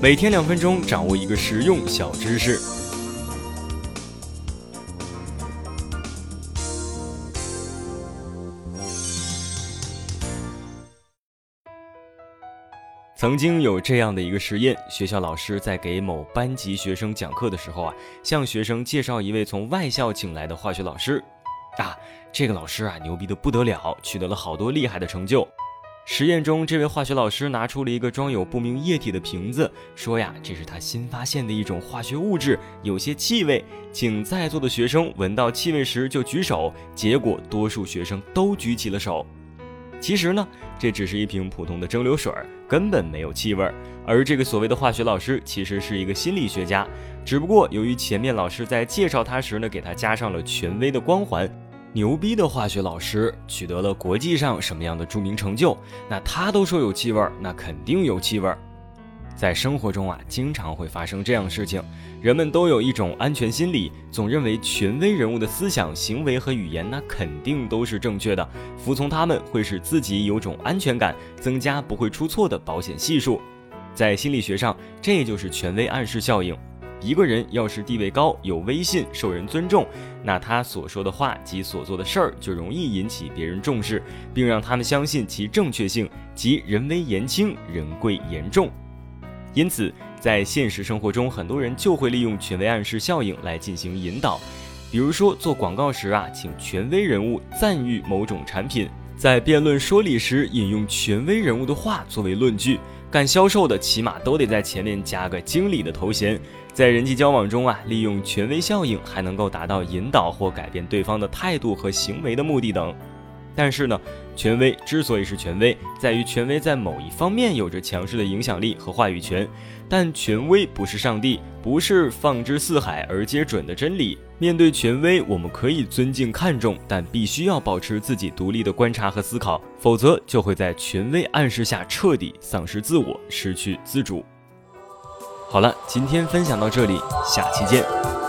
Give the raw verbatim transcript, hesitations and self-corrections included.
每天两分钟，掌握一个实用小知识。曾经有这样的一个实验，学校老师在给某班级学生讲课的时候啊，向学生介绍一位从外校请来的化学老师。啊，这个老师啊，牛逼得不得了，取得了好多厉害的成就。实验中，这位化学老师拿出了一个装有不明液体的瓶子，说呀，这是他新发现的一种化学物质，有些气味，请在座的学生闻到气味时就举手。结果多数学生都举起了手。其实呢，这只是一瓶普通的蒸馏水，根本没有气味。而这个所谓的化学老师其实是一个心理学家，只不过由于前面老师在介绍他时呢，给他加上了权威的光环。牛逼的化学老师取得了国际上什么样的著名成就，那他都说有气味，那肯定有气味。在生活中啊，经常会发生这样的事情，人们都有一种安全心理，总认为权威人物的思想、行为和语言那肯定都是正确的，服从他们会使自己有种安全感，增加不会出错的保险系数。在心理学上，这就是权威暗示效应。一个人要是地位高、有威信、受人尊重，那他所说的话及所做的事儿就容易引起别人重视，并让他们相信其正确性，即人微言轻，人贵言重。因此，在现实生活中，很多人就会利用权威暗示效应来进行引导。比如说，做广告时啊，请权威人物赞誉某种产品；在辩论说理时，引用权威人物的话作为论据。干销售的起码都得在前面加个经理的头衔。在人际交往中啊，利用权威效应还能够达到引导或改变对方的态度和行为的目的等。但是呢，权威之所以是权威，在于权威在某一方面有着强势的影响力和话语权，但权威不是上帝，不是放之四海而皆准的真理。面对权威，我们可以尊敬看重，但必须要保持自己独立的观察和思考，否则就会在权威暗示下彻底丧失自我，失去自主。好了，今天分享到这里，下期见。